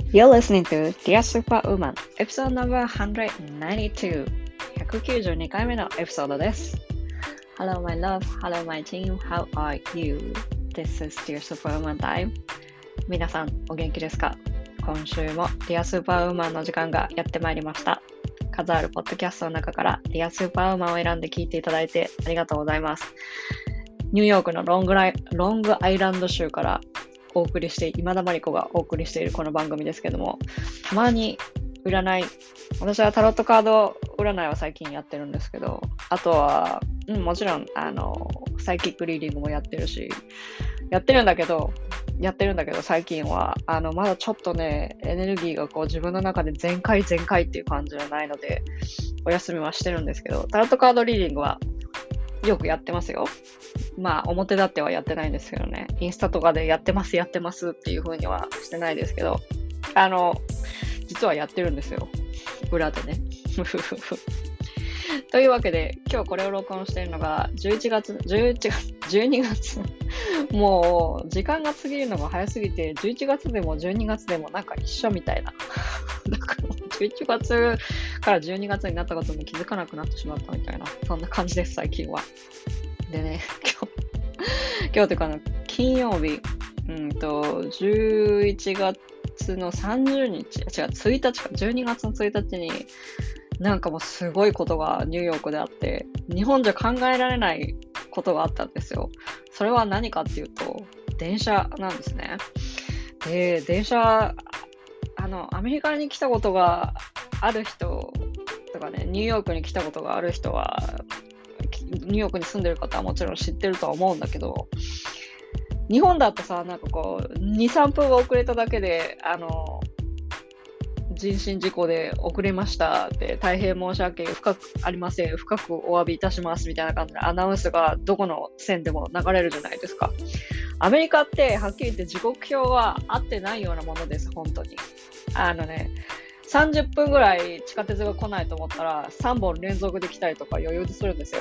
You're listening to Dear Superwoman Episode number 192 192回目のエピソードです。Hello my love, hello my team, how are you? This is Dear Superwoman time. 皆さんお元気ですか？今週も Dear Superwoman の時間がやってまいりました。数あるポッドキャストの中から Dear Superwoman を選んで聞いていただいてありがとうございます。ニューヨークのロングアイランド州からお送りして、今田真理子がお送りしているこの番組ですけども、たまに占い、私はタロットカード占いは最近やってるんですけど、あとは、もちろん、サイキックリーディングもやってるし、やってるんだけど、最近は、まだちょっとね、エネルギーがこう自分の中で全開っていう感じじゃないので、お休みはしてるんですけど、タロットカードリーディングはよくやってますよ。まあ、表立ってはやってないんですけどね。インスタとかでやってますっていう風にはしてないですけど、実はやってるんですよ。裏でね。というわけで、今日これを録音しているのが12月。もう、時間が過ぎるのが早すぎて、11月でも12月でもなんか一緒みたいな。だから11月から12月になったことも気づかなくなってしまったみたいな、そんな感じです、最近は。でね、今日というか金曜日、11月の30日、1日か、12月の1日に、なんかもうすごいことがニューヨークであって、日本じゃ考えられないことがあったんですよ。それは何かっていうと、電車なんですね。で、電車、アメリカに来たことがある人とかね、ニューヨークに来たことがある人は、ニューヨークに住んでる方はもちろん知ってるとは思うんだけど、日本だとさ、なんかこう、2、3分遅れただけで、人身事故で遅れましたって、大変申し訳深くありません、深くお詫びいたしますみたいな感じでアナウンスがどこの線でも流れるじゃないですか。アメリカってはっきり言って時刻表は合ってないようなものです、本当に。30分ぐらい地下鉄が来ないと思ったら3本連続で来たりとか余裕でするんですよ。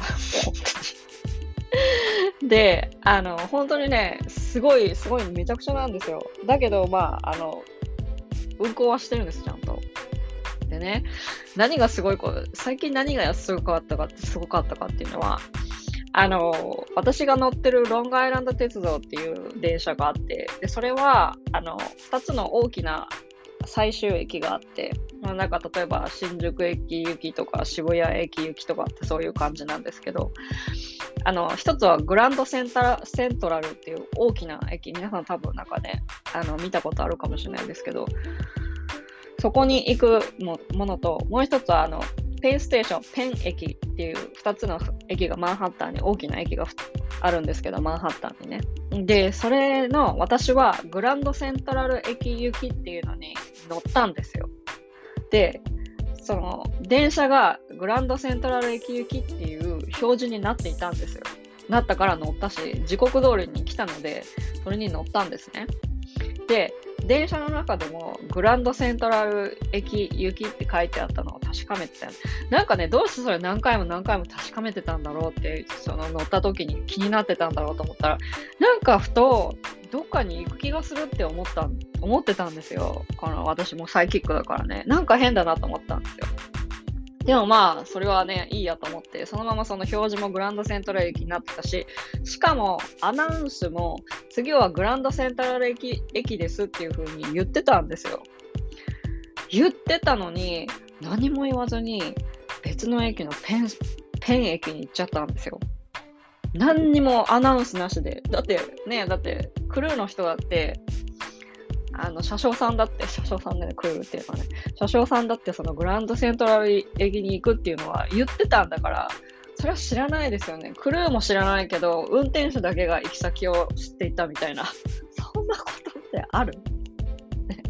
で、本当にね、すごいめちゃくちゃなんですよ。だけど、運行はしてるんです、ちゃんと。でね、最近何がすごかったかっていうのは、私が乗ってるロングアイランド鉄道っていう電車があって、で、それは、2つの大きな最終駅があって、なんか例えば新宿駅行きとか渋谷駅行きとかってそういう感じなんですけど、一つはグランドセントラルっていう大きな駅、皆さん多分なんかね、見たことあるかもしれないですけど、そこに行くものと、もう一つはペンステーション、ペン駅っていう2つの駅がマンハッタンに、大きな駅があるんですけど、マンハッタンにね。で、それの私はグランドセントラル駅行きっていうのに乗ったんですよ。で、その電車がグランドセントラル駅行きっていう表示になっていたんですよ。なったから乗ったし、時刻通りに来たので、それに乗ったんですね。で、電車の中でもグランドセントラル駅行きって書いてあったのを確かめてたよ。なんかね、どうしてそれ何回も確かめてたんだろうって、乗った時に気になってたんだろうと思ったら、なんかふとどっかに行く気がするって思ってたんですよ。私もサイキックだからね、なんか変だなと思ったんですよ。でもまあ、それはね、いいやと思って、そのままその表示もグランドセントラル駅になってたし、しかもアナウンスも次はグランドセントラル駅ですっていう風に言ってたんですよ。言ってたのに、何も言わずに別の駅のペン駅に行っちゃったんですよ。何にもアナウンスなしで。だって、クルーの人だって、車掌さんね、クルーっていうかね、車掌さんだってそのグランドセントラル駅に行くっていうのは言ってたんだから、それは知らないですよね。クルーも知らないけど、運転手だけが行き先を知っていたみたいな。そんなことってある？ね、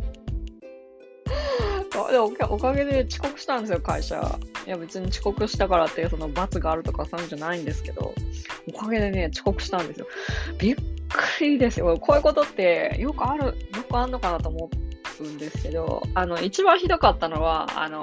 でおかげで遅刻したんですよ、会社。いや別に遅刻したからってその罰があるとかそういうんじゃないんですけど、おかげでね、遅刻したんですよ。びっくりですよ。こういうことってよくあんのかなと思うんですけど、一番ひどかったのは、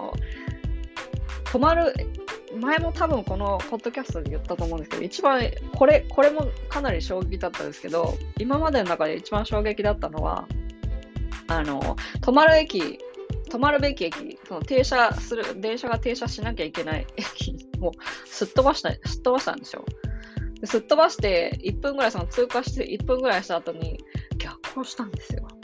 前も多分このポッドキャストで言ったと思うんですけど、一番、これもかなり衝撃だったんですけど、今までの中で一番衝撃だったのは、 止まる駅、止まるべき駅、その電車が停車しなきゃいけない駅をすっ飛ばしたんですよ。ですっ飛ばして、1分ぐらい、通過して1分ぐらいした後に逆行したんですよ。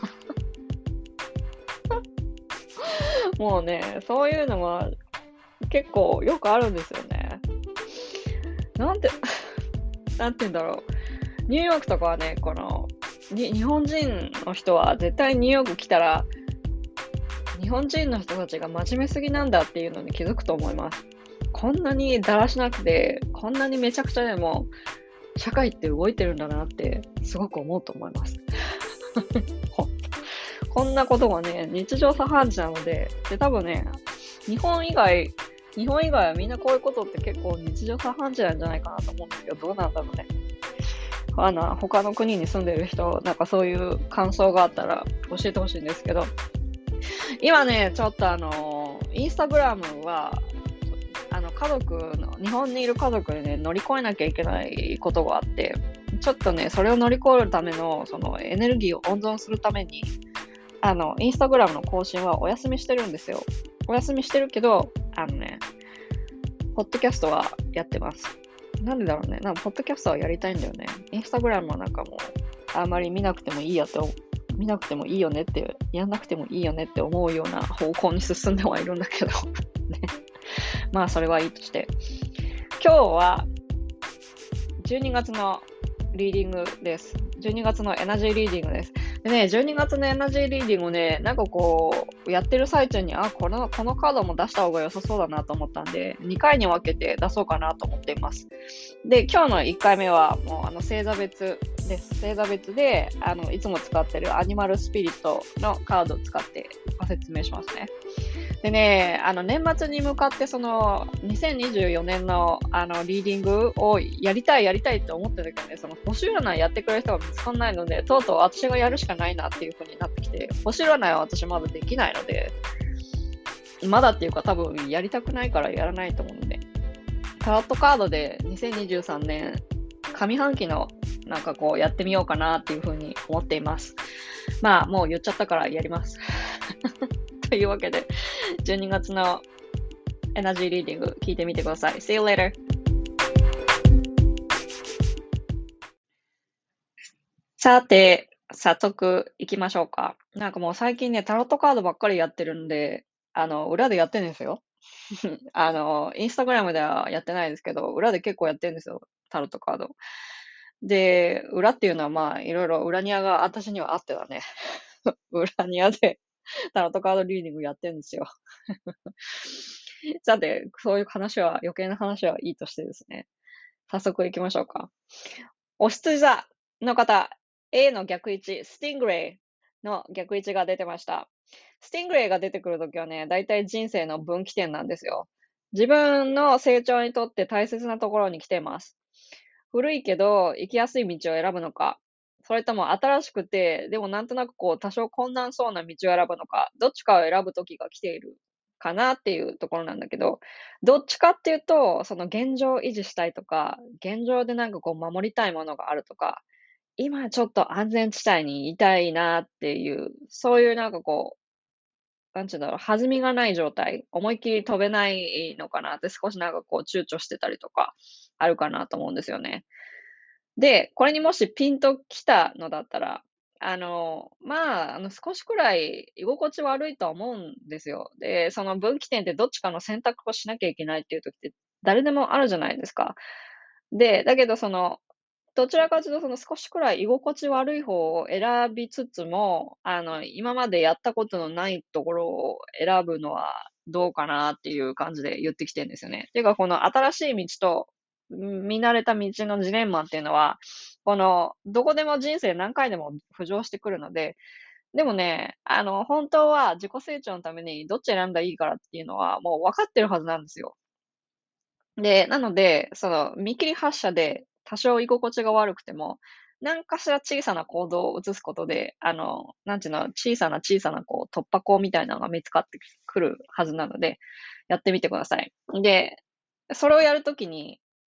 もうね、そういうのは結構よくあるんですよね。なんて、なんて言うんだろう。ニューヨークとかはね、日本人の人は絶対ニューヨーク来たら、日本人の人たちが真面目すぎなんだっていうのに気づくと思います。こんなにだらしなくて、こんなにめちゃくちゃでも、社会って動いてるんだなって、すごく思うと思います。こんなことがね、日常茶飯事なので、多分ね、日本以外はみんなこういうことって結構日常茶飯事なんじゃないかなと思うんですけど、どうなんだろうね。他の国に住んでる人、なんかそういう感想があったら教えてほしいんですけど、今ね、ちょっとインスタグラムは、日本にいる家族でね、乗り越えなきゃいけないことがあって、ちょっとね、それを乗り越えるための、エネルギーを温存するために、インスタグラムの更新はお休みしてるんですよ。お休みしてるけど、ポッドキャストはやってます。なんでだろうね。ポッドキャストはやりたいんだよね。インスタグラムはなんかもう、あんまり見なくてもいいよねって、やんなくてもいいよねって思うような方向に進んではいるんだけど、ね。まあ、それはいいとして。今日は、12月のリーディングです。12月のエナジーリーディングです。でね、12月のエナジーリーディングをね、なんかやってる最中に、このカードも出した方が良さそうだなと思ったんで、2回に分けて出そうかなと思っています。で、今日の1回目は、もう星座別です。星座別で、いつも使ってるアニマルスピリットのカードを使ってご説明しますね。でね、年末に向かって2024年のリーディングをやりたいって思ってたけどね、星占いやってくれる人が見つかんないので、とうとう私がやるしかないなっていう風になってきて、星占いは私まだできないので、まだっていうか多分やりたくないからやらないと思うので、タロットカードで2023年上半期のなんかやってみようかなっていう風に思っています。まあもう言っちゃったからやります。というわけで、12月のエナジーリーディング聞いてみてください。See you later! さて、早速行きましょうか。なんかもう最近ね、タロットカードばっかりやってるんで、裏でやってるんですよ。インスタグラムではやってないですけど、裏で結構やってるんですよ。タロットカード。で、裏っていうのはまあ、いろいろ裏庭が私にはあってはね、裏庭でタロットカードリーディングやってるんですよ。さて、そういう余計な話はいいとしてですね。早速行きましょうか。お羊座の方、A の逆位置、スティングレイの逆位置が出てました。スティングレイが出てくるときはね、だいたい人生の分岐点なんですよ。自分の成長にとって大切なところに来ています。古いけど行きやすい道を選ぶのか、それとも新しくて、でもなんとなく多少困難そうな道を選ぶのか、どっちかを選ぶ時が来ているかなっていうところなんだけど、どっちかっていうと、その現状を維持したいとか、現状でなんか守りたいものがあるとか、今ちょっと安全地帯にいたいなっていう、そういうなんかなんていうんだろう、弾みがない状態、思いっきり飛べないのかなって少しなんか躊躇してたりとか、あるかなと思うんですよね。で、これにもしピンときたのだったら、少しくらい居心地悪いとは思うんですよ。で、その分岐点ってどっちかの選択をしなきゃいけないっていう時って誰でもあるじゃないですか。で、だけどどちらかというと少しくらい居心地悪い方を選びつつも、今までやったことのないところを選ぶのはどうかなっていう感じで言ってきてるんですよね。ていうか、この新しい道と見慣れた道のジレンマっていうのは、どこでも人生何回でも浮上してくるので、でもね、本当は自己成長のためにどっち選んだらいいからっていうのはもう分かってるはずなんですよ。で、なので、見切り発車で多少居心地が悪くても、何かしら小さな行動を移すことで、なんていうの、小さな突破口みたいなのが見つかってくるはずなので、やってみてください。で、それをやるときに、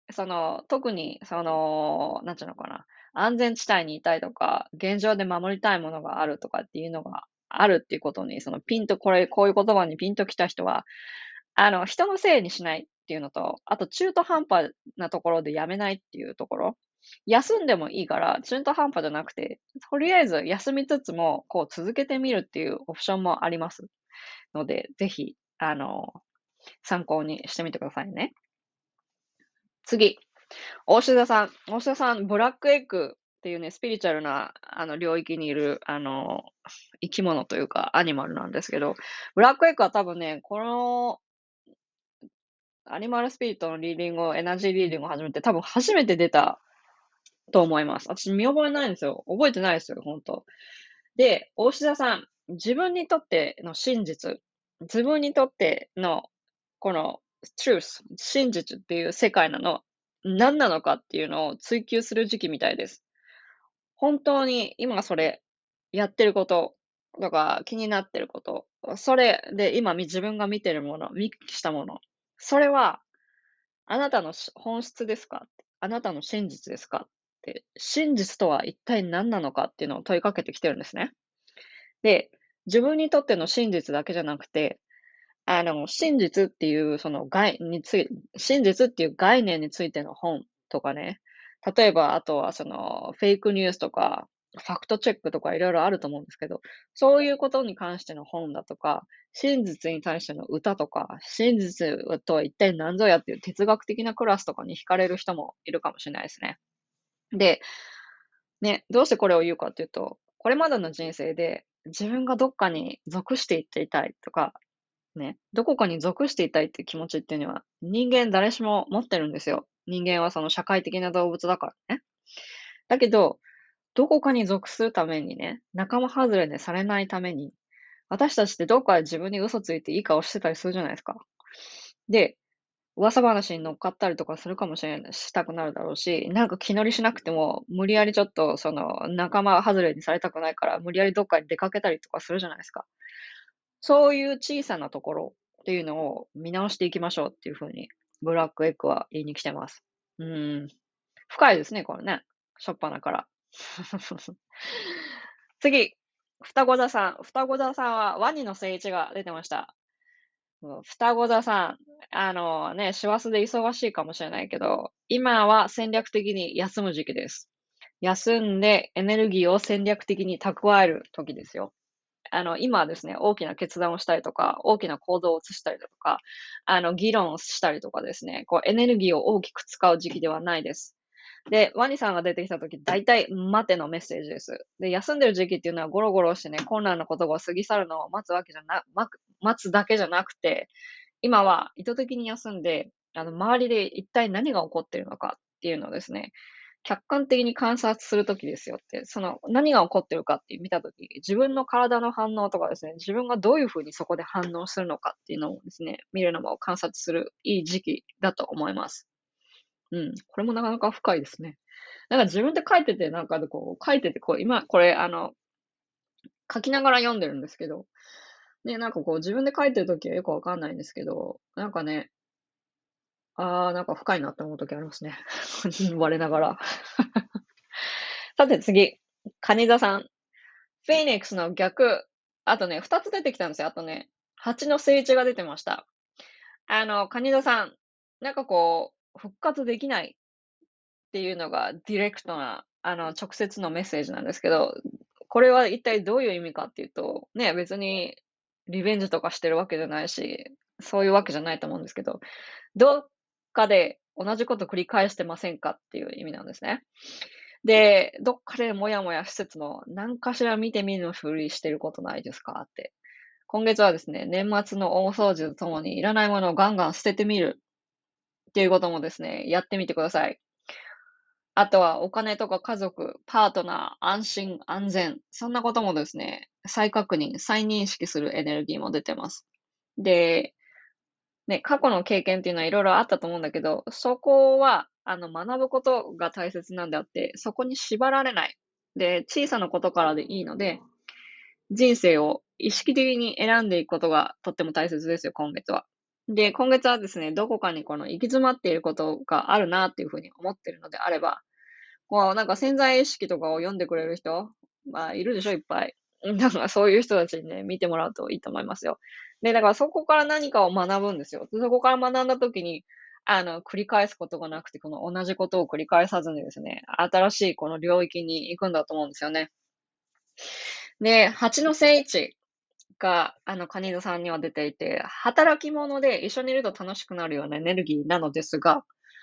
特に、なんていうのかな、安全地帯にいたいとか、現状で守りたいものがあるとかっていうのがあるっていうことに、こういう言葉にピンときた人は、人のせいにしないっていうのと、あと中途半端なところでやめないっていうところ。休んでもいいから、中途半端じゃなくて、とりあえず休みつつも、こう続けてみるっていうオプションもありますので、ぜひ、参考にしてみてくださいね。次。大志田さん、ブラックエッグっていうね、スピリチュアルな、領域にいる、生き物というか、アニマルなんですけど、ブラックエッグは多分ね、この、アニマルスピリットのリーディングエナジーリーディングを始めて、多分初めて出たと思います。私見覚えないんですよ。覚えてないですよ、本当で、大志田さん、自分にとっての真実、自分にとっての、この truth、真実っていう世界何なのかっていうのを追求する時期みたいです。本当に今それやってることとか気になってること、それで今自分が見てるもの、見聞きしたもの、それはあなたの本質ですか？あなたの真実ですか？って、真実とは一体何なのかっていうのを問いかけてきてるんですね。で、自分にとっての真実だけじゃなくて、真実っていう真実っていう概念についての本とかね。例えば、あとはフェイクニュースとか、ファクトチェックとかいろいろあると思うんですけど、そういうことに関しての本だとか、真実に対しての歌とか、真実とは一体何ぞやっていう哲学的なクラスとかに惹かれる人もいるかもしれないですね。で、ね、どうしてこれを言うかっていうと、これまでの人生で自分がどっかに属していっていたいとか、ね、どこかに属していたいっていう気持ちっていうのは、人間誰しも持ってるんですよ。人間はその社会的な動物だからね。だけど、どこかに属するためにね、仲間外れにされないために、私たちってどっかで自分に嘘ついていい顔してたりするじゃないですか。で、噂話に乗っかったりとかするかもしれない、したくなるだろうし、なんか気乗りしなくても、無理やりちょっと仲間外れにされたくないから、無理やりどっかに出かけたりとかするじゃないですか。そういう小さなところっていうのを見直していきましょうっていうふうに、ブラックエッグは言いに来てます。深いですね、これね。しょっぱなから。次、双子座さん。双子座さんはワニの聖地が出てました。双子座さん、師走で忙しいかもしれないけど、今は戦略的に休む時期です。休んでエネルギーを戦略的に蓄える時ですよ。今はですね、大きな決断をしたりとか、大きな行動を移したりだとか、議論をしたりとかですね、こうエネルギーを大きく使う時期ではないです。で、ワニさんが出てきたとき、大体待てのメッセージです。で、休んでる時期っていうのはゴロゴロしてね、困難なことが過ぎ去るのを待つだけじゃなくて、今は意図的に休んで、周りで一体何が起こっているのかっていうのをですね、客観的に観察するときですよって、何が起こってるかって見たとき、自分の体の反応とかですね、自分がどういうふうにそこで反応するのかっていうのをですね、見るのも観察するいい時期だと思います。これもなかなか深いですね。なんか自分で書いてて、今、これ、書きながら読んでるんですけど、ね、なんかこう、自分で書いてるときはよくわかんないんですけど、なんかね、なんか深いなって思うときありますね。我ながら。さて次、カニ座さん。フェイニックスの逆。あとね、二つ出てきたんですよ。あとね、蜂の聖地が出てました。カニ座さん。なんかこう、復活できないっていうのがディレクトな、直接のメッセージなんですけど、これは一体どういう意味かっていうと、ね、別にリベンジとかしてるわけじゃないし、そういうわけじゃないと思うんですけど、どっかで同じこと繰り返してませんかっていう意味なんですね。で、どっかでもやもやしつつも、何かしら見て見ぬふりしてることないですかって。今月はですね、年末の大掃除とともにいらないものをガンガン捨ててみるっていうこともですね、やってみてください。あとはお金とか家族、パートナー、安心、安全。そんなこともですね、再確認、再認識するエネルギーも出てます。で、ね、過去の経験っていうのはいろいろあったと思うんだけど、そこは、学ぶことが大切なんであって、そこに縛られない。で、小さなことからでいいので、人生を意識的に選んでいくことがとっても大切ですよ、今月は。 で、今月はですね、どこかにこの行き詰まっていることがあるなっていうふうに思っているのであれば、こう、なんか潜在意識とかを読んでくれる人、まあ、いるでしょ、いっぱい。だからそういう人たちにね、見てもらうといいと思いますよ。で、だからそこから何かを学ぶんですよ。でそこから学んだ時に、繰り返すことがなくて、この同じことを繰り返さずにですね、新しいこの領域に行くんだと思うんですよね。で、蜂の聖地が、カニ座さんには出ていて、働き者で一緒にいると楽しくなるようなエネルギーなのですが、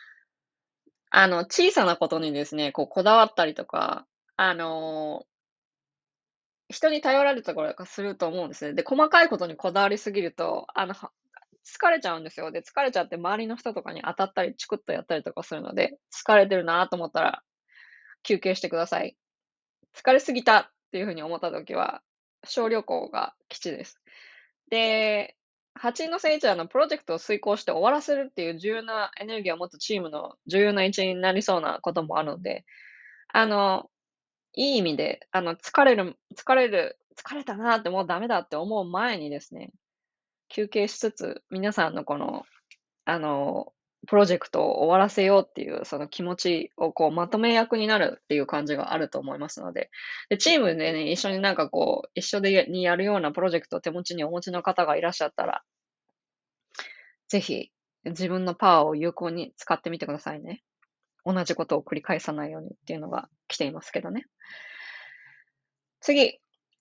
小さなことにですね、こだわったりとか、あの、人に頼られたりとかすると思うんですね。で、細かいことにこだわりすぎると、疲れちゃうんですよ。で、疲れちゃって周りの人とかに当たったり、チクッとやったりとかするので、疲れてるなと思ったら休憩してください。疲れすぎたっていう風に思った時は、小旅行が基地です。で、8の聖地はプロジェクトを遂行して終わらせるっていう重要なエネルギーを持つチームの重要な一員になりそうなこともあるので、あの、いい意味で、疲れたなってもうダメだって思う前にですね、休憩しつつ、皆さんのこの、あの、プロジェクトを終わらせようっていうその気持ちをまとめ役になるっていう感じがあると思いますので、で、チームでね、一緒に一緒でやるようなプロジェクトを手持ちにお持ちの方がいらっしゃったら、ぜひ自分のパワーを有効に使ってみてくださいね。同じことを繰り返さないようにっていうのが来ていますけどね。次、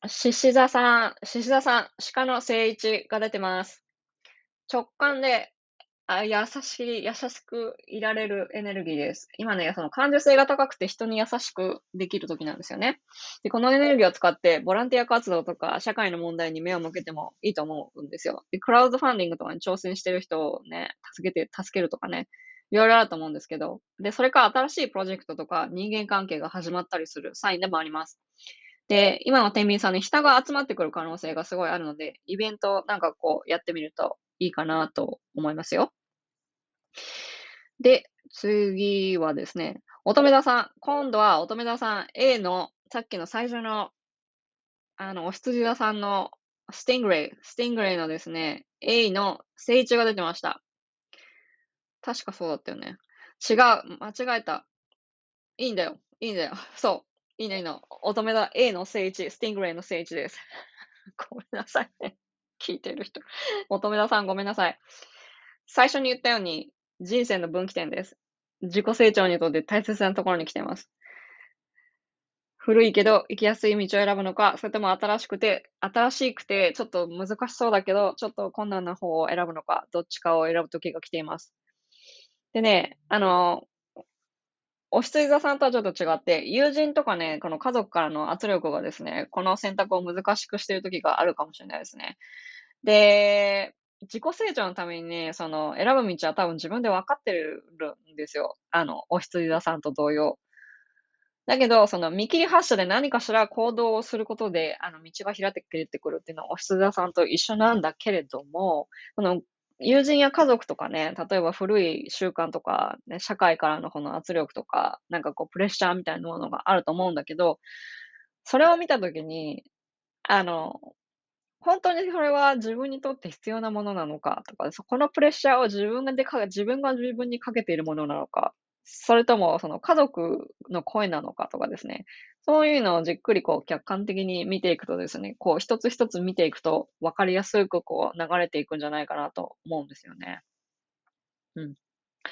獅子座さん、鹿の聖一が出てます。直感で、優しくいられるエネルギーです。今ね、その感受性が高くて人に優しくできる時なんですよね。で、このエネルギーを使ってボランティア活動とか社会の問題に目を向けてもいいと思うんですよ。で、クラウドファンディングとかに挑戦してる人をね、助けるとかね、いろいろあると思うんですけど、で、それから新しいプロジェクトとか人間関係が始まったりするサインでもあります。で、今の天秤さんに人が集まってくる可能性がすごいあるので、イベントなんかやってみるといいかなと思いますよ。で、次はですね、乙女座さん。今度は乙女座さん A のさっきの最初のお羊座さんのスティングレイのですね、A の聖一が出てました。確かそうだったよね。違う、間違えた。いいんだよ。いいんだよ。そう。いいね、いいの。乙女座 A の聖一、スティングレイの聖一です。ごめんなさいね。聞いてる人。乙女座さんごめんなさい。最初に言ったように、人生の分岐点です。自己成長にとって大切なところに来ています。古いけど生きやすい道を選ぶのか、それとも新しくて、ちょっと難しそうだけど、ちょっと困難な方を選ぶのか、どっちかを選ぶ時が来ています。でね、お羊座さんとはちょっと違って、友人とかね、この家族からの圧力がですね、この選択を難しくしている時があるかもしれないですね。で、自己成長のためにね、その選ぶ道は多分自分で分かってるんですよ。お羊座さんと同様。だけど、その見切り発車で何かしら行動をすることで、道が開けてくるっていうのは、お羊座さんと一緒なんだけれども、その、友人や家族とかね、例えば古い習慣とか、ね、社会からのこの圧力とか、プレッシャーみたいなものがあると思うんだけど、それを見たときに、あの、本当にそれは自分にとって必要なものなのかとか、このプレッシャーを自分が自分にかけているものなのか、それともその家族の声なのかとかですね。そういうのをじっくり客観的に見ていくとですね、一つ一つ見ていくと分かりやすく流れていくんじゃないかなと思うんですよね。うん。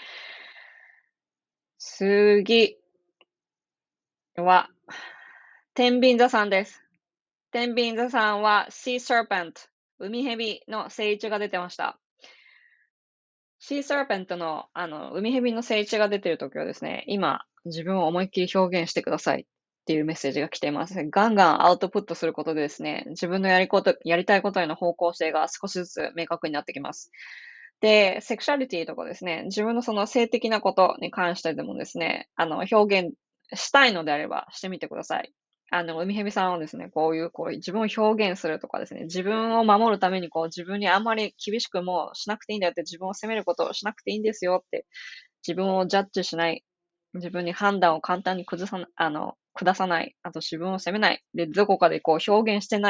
次は、天秤座さんです。天秤座さんは Sea Serpent、海蛇の聖地が出てました。シーサーペントの、海蛇の聖地が出てるときはですね、今、自分を思いっきり表現してくださいっていうメッセージが来ています。ガンガンアウトプットすることでですね、自分のやりたいことへの方向性が少しずつ明確になってきます。で、セクシャリティとかですね、自分のその性的なことに関してでもですね、表現したいのであればしてみてください。海蛇さんはですね、こういう自分を表現するとかですね、自分を守るために自分にあんまり厳しくもしなくていいんだよって、自分を責めることをしなくていいんですよって、自分をジャッジしない、自分に判断を簡単に下さない、あと自分を責めない、で、どこかで表現してない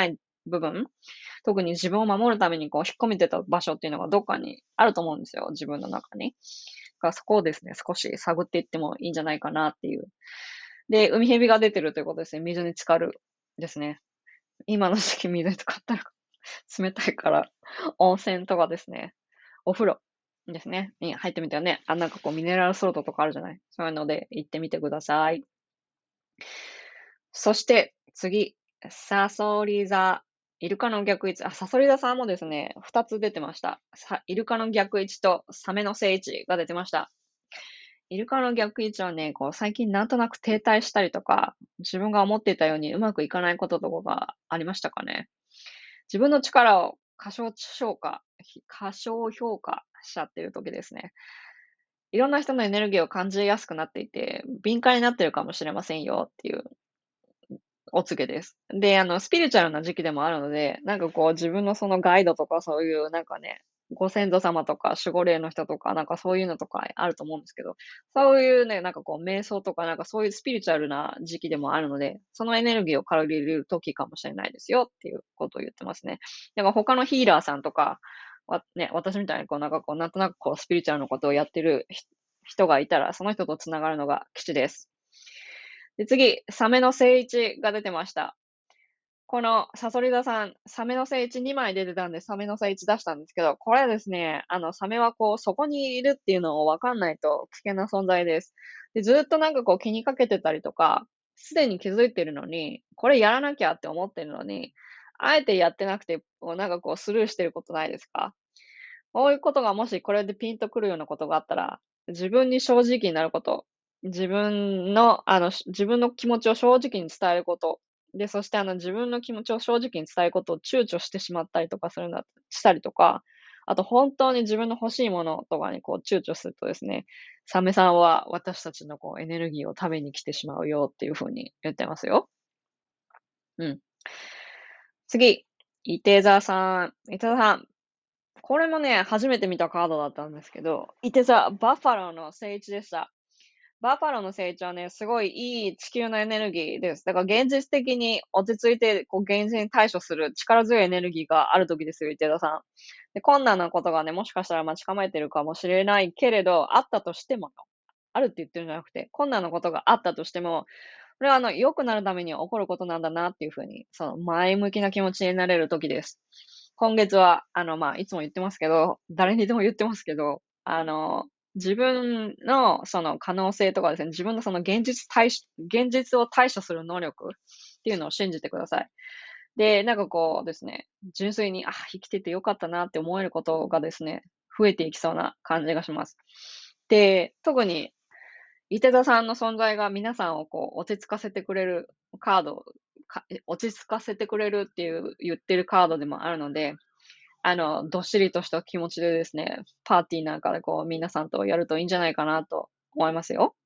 部分、特に自分を守るためにこう引っ込めてた場所っていうのがどっかにあると思うんですよ、自分の中に。だからそこをですね、少し探っていってもいいんじゃないかなっていう。で、海蛇が出てるということですね。水に浸かるですね。今の時期水に浸かったら冷たいから、温泉とかですね、お風呂ですね、に入ってみてはね、なんかこうミネラルソルトとかあるじゃない。そういうので行ってみてください。そして次、サソリ座。イルカの逆位置。サソリ座さんもですね、2つ出てました。イルカの逆位置とサメの正位置が出てました。イルカの逆位置はね、こう最近なんとなく停滞したりとか、自分が思っていたようにうまくいかないこととかがありましたかね。自分の力を過小評価しちゃってる時ですね。いろんな人のエネルギーを感じやすくなっていて、敏感になってるかもしれませんよっていうお告げです。で、スピリチュアルな時期でもあるので、なんかこう自分のそのガイドとかそういうなんかね、ご先祖様とか守護霊の人とか、なんかそういうのとかあると思うんですけど、そういうね、なんかこう瞑想とかなんかそういうスピリチュアルな時期でもあるので、そのエネルギーを借りれる時かもしれないですよっていうことを言ってますね。だから他のヒーラーさんとか、私みたいにこうなんかこうなんとなくこうスピリチュアルなことをやってる人がいたら、その人とつながるのが吉です。で、次、サメの聖一が出てました。このサソリ座さん、サメの聖一2枚出てたんで、サメの聖一出したんですけど、これはですね、サメはこう、そこにいるっていうのをわかんないと危険な存在です。で、ずっとなんかこう気にかけてたりとか、すでに気づいてるのに、これやらなきゃって思ってるのに、あえてやってなくて、こうなんかこうスルーしてることないですか？こういうことがもしこれでピンとくるようなことがあったら、自分に正直になること、自分の気持ちを正直に伝えること。で、そして自分の気持ちを正直に伝えることを躊躇してしまったりとかしたりとか、あと本当に自分の欲しいものとかにこう躊躇するとですね、サメさんは私たちのこうエネルギーを食べに来てしまうよっていう風に言ってますよ。うん。次、伊手座さん。伊手座さん、これもね、初めて見たカードだったんですけど、いて座、バッファローの聖地でした。バッファローの聖地はね、すごいいい地球のエネルギーです。だから現実的に落ち着いて、こう、現実に対処する力強いエネルギーがある時ですよ、池田さん。で、困難なことがね、もしかしたら待ち構えてるかもしれないけれど、あったとしてもよ。あるって言ってるんじゃなくて、困難なことがあったとしても、これは良くなるために起こることなんだなっていうふうに、その前向きな気持ちになれる時です。今月は、いつも言ってますけど、誰にでも言ってますけど、自分のその可能性とかですね、自分のその現実を対処する能力っていうのを信じてください。で、なんかこうですね、純粋に、生きててよかったなって思えることがですね、増えていきそうな感じがします。で、特に伊手座さんの存在が皆さんをこう落ち着かせてくれるカード、落ち着かせてくれるっていう言ってるカードでもあるので、どっしりとした気持ちでですね、パーティーなんかでこう皆さんとやるといいんじゃないかなと思いますよ。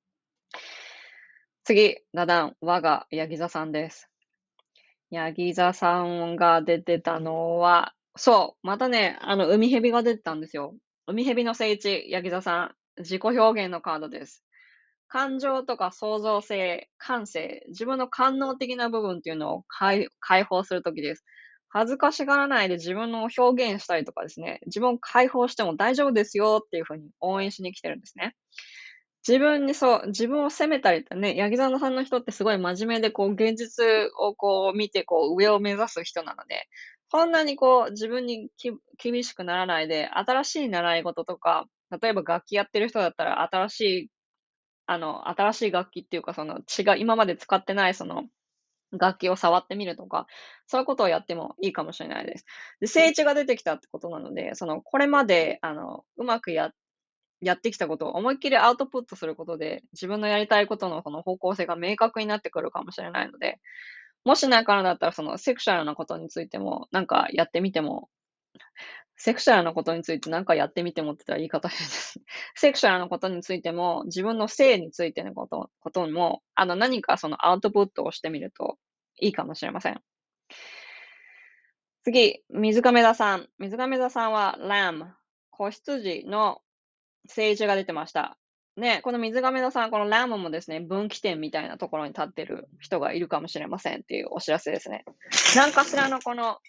次、ダダン、我がヤギ座さんです。ヤギ座さんが出てたのは、そう、またね、海蛇が出てたんですよ。海蛇の聖地、ヤギ座さん、自己表現のカードです。感情とか創造性、感性、自分の官能的な部分っていうのを解放するときです。恥ずかしがらないで自分の表現したりとかですね、自分を解放しても大丈夫ですよっていうふうに応援しに来てるんですね。自分を責めたりとね、ヤギ座のさんの人ってすごい真面目で、こう、現実をこう見て、こう、上を目指す人なので、そんなにこう、自分に厳しくならないで、新しい習い事とか、例えば楽器やってる人だったら、新しい楽器っていうか、今まで使ってない楽器を触ってみるとか、そういうことをやってもいいかもしれないです。で、聖地が出てきたってことなので、これまで、うまくやってきたことを思いっきりアウトプットすることで、自分のやりたいことのその方向性が明確になってくるかもしれないので、もしないからだったら、そのセクシャルなことについても、なんかやってみてもセクシャルなことについて何かやってみてもって言ったら言い方変ですね。セクシャルなことについても、自分の性についてのことも、何かそのアウトプットをしてみるといいかもしれません。次、水亀座さん。水亀座さんは、ラム、子羊の聖地が出てました。 ね、この水亀座さん、このラムもですね、分岐点みたいなところに立ってる人がいるかもしれませんっていうお知らせですね。何かしらのこの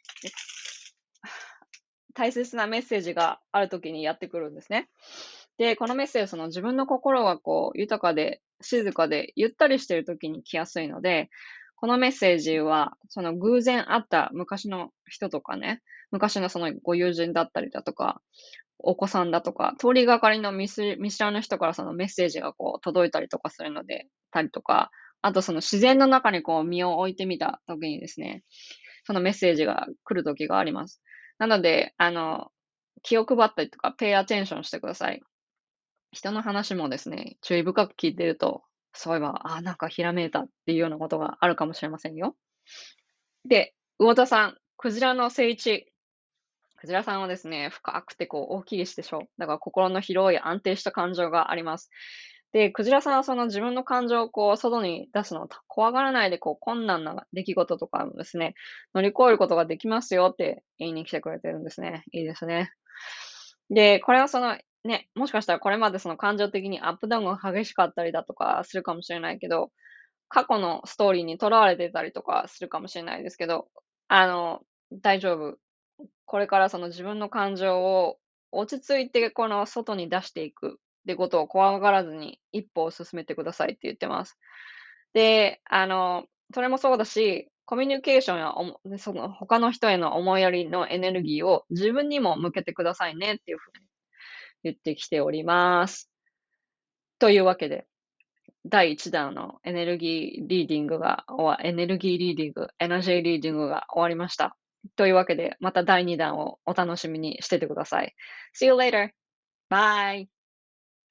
大切なメッセージがある時にやってくるんですね。で、このメッセージ、その自分の心がこう、豊かで、静かで、ゆったりしてる時に来やすいので、このメッセージは、その偶然会った昔の人とかね、昔のそのご友人だったりだとか、お子さんだとか、通りがかりの見知らぬ人からそのメッセージがこう届いたりとかするので、たりとか、あとその自然の中にこう身を置いてみた時にですね、そのメッセージが来る時があります。なので、気を配ったりとか、pay attention してください。人の話もですね、注意深く聞いてると、そういえば、なんかひらめいたっていうようなことがあるかもしれませんよ。で、魚田さん、クジラの聖地。クジラさんはですね、深くてこう大きいしでしょ。だから心の広い安定した感情があります。で、クジラさんはその自分の感情をこう外に出すのを怖がらないでこう困難な出来事とかもですね、乗り越えることができますよって言いに来てくれてるんですね。いいですね。で、これはそのね、もしかしたらこれまでその感情的にアップダウンが激しかったりだとかするかもしれないけど、過去のストーリーにとらわれてたりとかするかもしれないですけど、あの、大丈夫。これからその自分の感情を落ち着いてこの外に出していくってことを怖がらずに一歩を進めてくださいって言ってます。で、それもそうだし、コミュニケーションやその他の人への思いやりのエネルギーを自分にも向けてくださいねっていうふうに言ってきております。というわけで、第1弾のエネルギーリーディングエネルギーリーディング、エナジーリーディングが終わりました。というわけで、また第2弾をお楽しみにしててください。See you later! Bye!